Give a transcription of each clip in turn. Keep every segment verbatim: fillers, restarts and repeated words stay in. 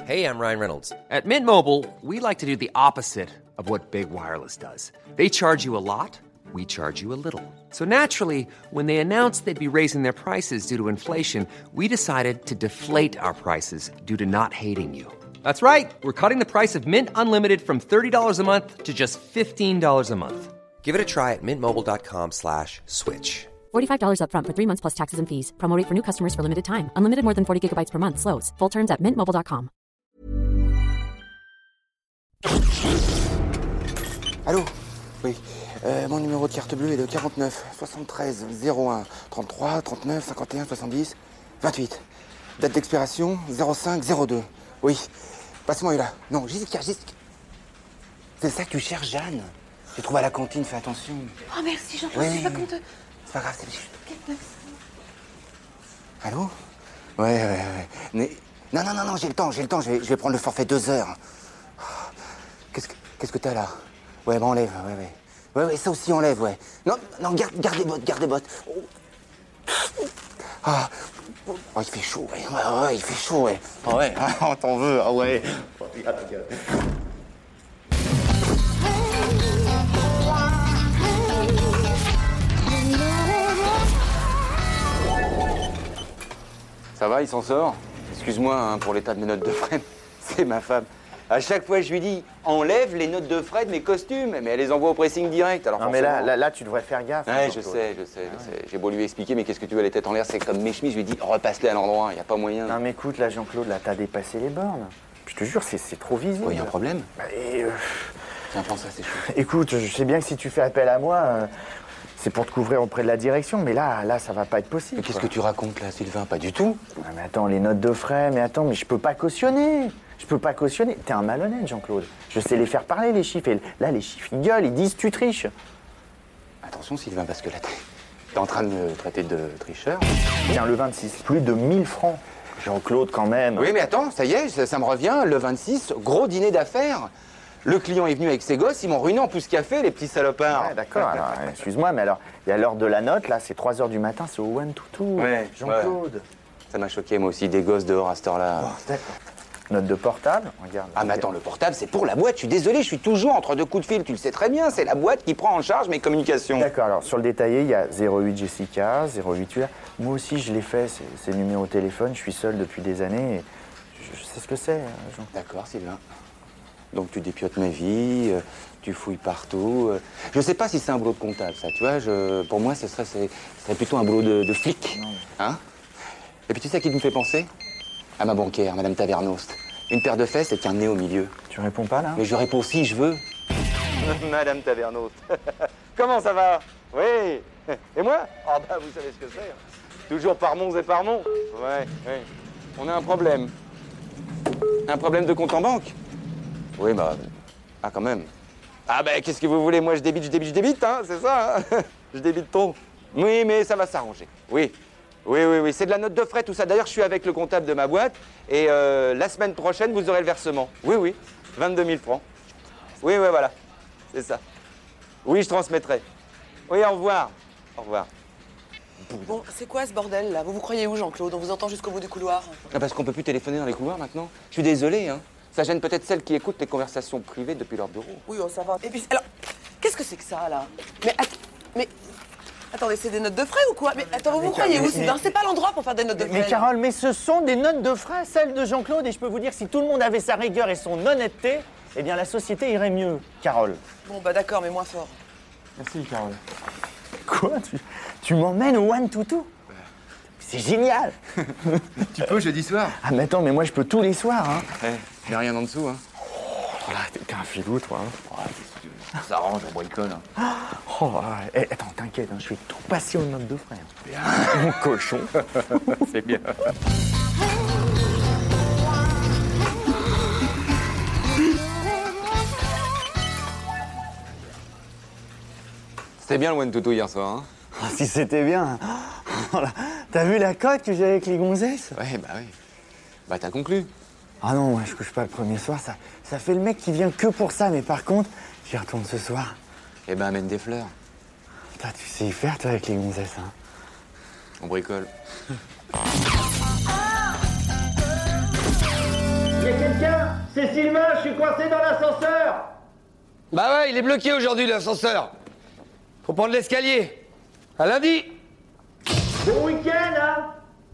Hey, I'm Ryan Reynolds. At Mint Mobile, we like to do the opposite of what Big Wireless does. They charge you a lot, we charge you a little. So naturally, when they announced they'd be raising their prices due to inflation, we decided to deflate our prices due to not hating you. That's right. We're cutting the price of Mint Unlimited from thirty dollars a month to just fifteen dollars a month. Give it a try at mintmobile.com slash switch. forty-five dollars up front for three months plus taxes and fees. Promo rate for new customers for limited time. Unlimited more than forty gigabytes per month. Slows full terms at mint mobile dot com. Allô? Oui. Euh, mon numéro de carte bleue est le quarante-neuf soixante-treize zéro un trente-trois trente-neuf cinquante et un soixante-dix vingt-huit. Date d'expiration zéro cinq zéro deux. Oui. Passe-moi là. Non, Jessica, Jessica. C'est ça que tu cherches, Jeanne? Tu trouves à la cantine, fais attention. Oh merci, Jean-Claude, Oui. c'est pas compte. C'est pas grave, c'est juste. Allô? Ouais, ouais, ouais. Mais... Non, non, non, non, j'ai le temps, j'ai le temps, je vais, je vais prendre le forfait deux heures. Qu'est-ce que qu'est-ce que t'as là? Ouais, bah enlève, ouais, ouais. Ouais, ouais, ça aussi enlève, ouais. Non, non, garde, garde les bottes, garde les bottes. Oh. Ah. Oh, il fait chaud, ouais, ouais, ouais, il fait chaud, ouais. Ah ouais, ah, t'en veux, ah ouais. Oh, regarde, regarde. Ça va, il s'en sort? Excuse-moi hein, pour l'état de mes notes de frais, c'est ma femme. À chaque fois, je lui dis, enlève les notes de frais de mes costumes, mais elle les envoie au pressing direct. Alors non, mais là, là, là, tu devrais faire gaffe. Ouais, je sais, je sais, je sais. J'ai beau lui expliquer, mais qu'est-ce que tu veux, les têtes en l'air, c'est comme mes chemises. Je lui dis, repasse-les à l'endroit, il n'y a pas moyen. Non, mais écoute, là, Jean-Claude, là, t'as dépassé les bornes. Je te jure, c'est, c'est trop visible. Il y a un problème? Bah, et, euh... Tiens, prends ça, c'est chaud. Écoute, je sais bien que si tu fais appel à moi, euh, c'est pour te couvrir auprès de la direction, mais là, là, ça va pas être possible. Mais qu'est-ce quoi. que tu racontes là, Sylvain? Pas du tout. Ah, mais attends, les notes de frais, mais attends, mais je peux pas cautionner. Je peux pas cautionner. T'es un malhonnête, Jean-Claude. Je sais les faire parler, les chiffres. Et là, les chiffres, ils gueulent, ils disent tu triches. Attention, Sylvain, parce que là, t'es, t'es en train de me traiter de tricheur. Tiens, le vingt-six, plus de mille francs. Jean-Claude, quand même. Oui, mais attends, ça y est, ça, ça me revient. Le vingt-six, gros dîner d'affaires. Le client est venu avec ses gosses, ils m'ont ruiné en plus café, les petits salopards. Ouais, d'accord, alors, excuse-moi, mais alors, il y a l'heure de la note, là, c'est trois heures du matin, c'est au One Toutou. Ouais, Jean-Claude. ouais. Ça m'a choqué, moi aussi, des gosses dehors à cette heure-là. Bon, d'accord. Note de portable, regarde. Ah, mais attends, le portable, c'est pour la boîte. Je suis désolé, je suis toujours entre deux coups de fil. Tu le sais très bien, c'est la boîte qui prend en charge mes communications. D'accord, alors, sur le détaillé, il y a zéro huit Jessica, zéro huit Hula. Moi aussi, je l'ai fait, c'est, c'est le numéro de téléphone. Je suis seul depuis des années et je, je sais ce que c'est, Jean. D'accord, Sylvain. Donc tu dépiotes ma vie, euh, tu fouilles partout. Euh. Je sais pas si c'est un boulot de comptable, ça, tu vois. Je, pour moi, ce serait, c'est, ce serait plutôt un boulot de, de flic. Non. Hein? Et puis tu sais à qui me fait penser? À ma banquière, Madame Tavernost. Une paire de fesses et qu'un nez au milieu. Tu réponds pas, là? Mais je réponds si je veux. Madame Tavernost. Comment ça va? Oui. Et moi? Ah bah vous savez ce que c'est. Toujours par monts et par monts. Ouais, ouais. On a un problème. Un problème de compte en banque? Oui, bah... Ah, quand même. Ah, bah, qu'est-ce que vous voulez? Moi, je débite, je débite, je débite, hein, c'est ça, hein. Je débite trop. Oui, mais ça va s'arranger. Oui. Oui, oui, oui, c'est de la note de frais, tout ça. D'ailleurs, je suis avec le comptable de ma boîte. Et euh, la semaine prochaine, vous aurez le versement. Oui, oui. vingt-deux mille francs. Oui, oui, voilà. C'est ça. Oui, je transmettrai. Oui, au revoir. Au revoir. Bon, c'est quoi ce bordel, là? Vous vous croyez où, Jean-Claude? On vous entend jusqu'au bout du couloir. Ah, parce qu'on peut plus téléphoner dans les couloirs, maintenant. Je suis désolé, hein. Ça gêne peut-être celles qui écoutent les conversations privées depuis leur bureau. Oui, oh, ça va. Et puis, alors, qu'est-ce que c'est que ça, là? Mais, att- mais... Attendez, c'est des notes de frais ou quoi? Mais attends, vous vous croyez où? C'est, c'est pas l'endroit pour faire des notes de frais. Mais Carole, mais ce sont des notes de frais, celles de Jean-Claude, et je peux vous dire, si tout le monde avait sa rigueur et son honnêteté, eh bien la société irait mieux, Carole. Bon, bah d'accord, mais moins fort. Merci, Carole. Quoi? Tu, tu m'emmènes au One Toutou? C'est génial. Tu peux jeudi soir? Ah mais attends, mais moi je peux tous les soirs, hein. Ouais, y'a rien en dessous, hein. Oh là, t'es, t'es un filou, toi. Hein. Ouais, ça arrange, on bricole. Hein. Oh, ouais. Eh, attends, t'inquiète, hein, je vais tout passer aux notes de frais. Bien. Mon cochon. C'est bien. C'était bien le One Toutou hier soir, hein? Oh, si c'était bien. Oh, là. T'as vu la cote que j'ai avec les gonzesses? Ouais, bah oui. Bah t'as conclu. Ah non, moi je couche pas le premier soir, ça, ça fait le mec qui vient que pour ça, mais par contre, j'y retourne ce soir. Eh ben amène des fleurs. Toi, tu sais y faire, toi, avec les gonzesses, hein? On bricole. Il y a quelqu'un C'est Sylvain, je suis coincé dans l'ascenseur. Bah ouais, il est bloqué aujourd'hui, l'ascenseur. Faut prendre l'escalier. À lundi. Bon week-end, hein.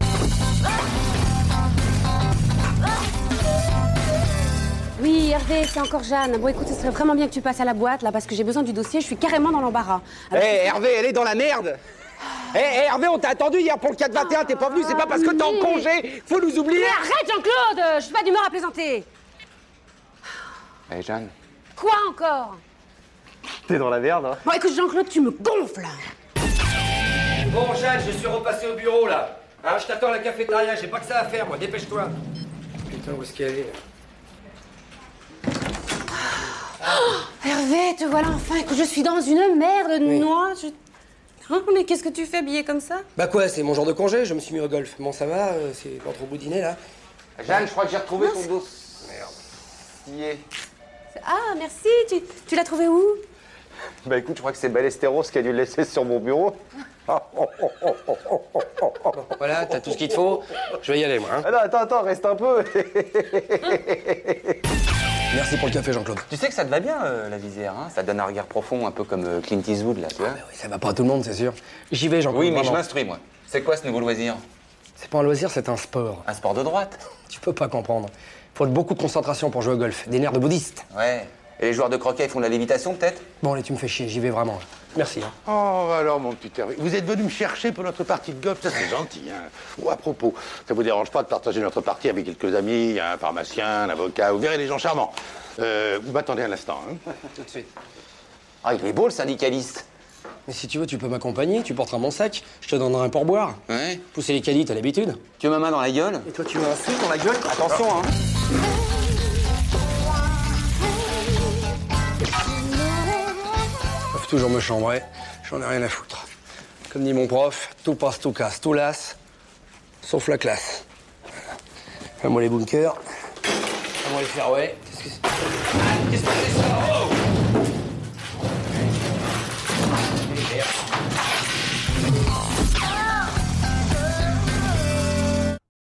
Oui, Hervé, c'est encore Jeanne. Bon, écoute, ce serait vraiment bien que tu passes à la boîte, là, parce que j'ai besoin du dossier, je suis carrément dans l'embarras. Hé, Alors, hey, Hervé, elle est dans la merde. Hé, hey, hey, Hervé, on t'a attendu hier pour le quatre vingt et un, t'es pas venu, c'est pas parce que t'es en oui. congé, faut nous oublier. Mais arrête, Jean-Claude. Je suis pas d'humeur à plaisanter. Hé, hey, Jeanne. Quoi encore? T'es dans la merde, hein. Bon, écoute, Jean-Claude, tu me gonfles. Bon, Jeanne, je suis repassé au bureau, là. Hein, je t'attends à la cafétéria, j'ai pas que ça à faire, moi, dépêche-toi. Putain, où est-ce qu'elle est? Oh, Hervé, te voilà enfin. Écoute, je suis dans une merde de Oui. noix. Je... Oh, mais qu'est-ce que tu fais habillé comme ça? Bah quoi, c'est mon genre de congé, je me suis mis au golf. Bon, ça va, euh, c'est pas trop boudiné, là. Jeanne, je crois que j'ai retrouvé Mince. ton dos. Merde. Ah, merci. Tu, tu l'as trouvé où? Bah écoute, je crois que c'est Ballesteros qui a dû le laisser sur mon bureau. Voilà, t'as tout ce qu'il te faut. Je vais y aller, moi. Hein. Ah non, attends, attends, reste un peu. Merci pour le café, Jean-Claude. Tu sais que ça te va bien, euh, la visière, hein. Ça te donne un regard profond, un peu comme euh, Clint Eastwood, là, tu vois. Oui, ça va pas à tout le monde, c'est sûr. J'y vais, Jean-Claude. Oui, mais je vraiment. m'instruis, moi. C'est quoi ce nouveau loisir? C'est pas un loisir, c'est un sport. Un sport de droite. Tu peux pas comprendre. Faut beaucoup de concentration pour jouer au golf. Des nerfs de bouddhiste. Ouais. Et les joueurs de croquet, ils font de la lévitation, peut-être? Bon, allez, tu me fais chier, j'y vais vraiment. Merci. Hein. Oh, alors, mon petit Hervé, vous êtes venu me chercher pour notre partie de golf, ça c'est gentil, hein. Ou à propos, ça vous dérange pas de partager notre partie avec quelques amis, un pharmacien, un avocat, vous verrez les gens charmants. Euh, vous m'attendez un instant, hein. Tout de suite. Ah, il est beau, le syndicaliste. Mais si tu veux, tu peux m'accompagner, tu porteras mon sac, je te donnerai un pourboire. Ouais. Pousser les caddies, t'as l'habitude. Tu veux ma main dans la gueule? Et toi, tu veux un fil dans la gueule? Attention, hein. Ils peuvent toujours me chambrer, j'en ai rien à foutre. Comme dit mon prof, tout passe, tout casse, tout lasse, sauf la classe. Fais-moi les bunkers, fais-moi les fairways. Qu'est-ce que c'est? Qu'est-ce que c'est ça? Oh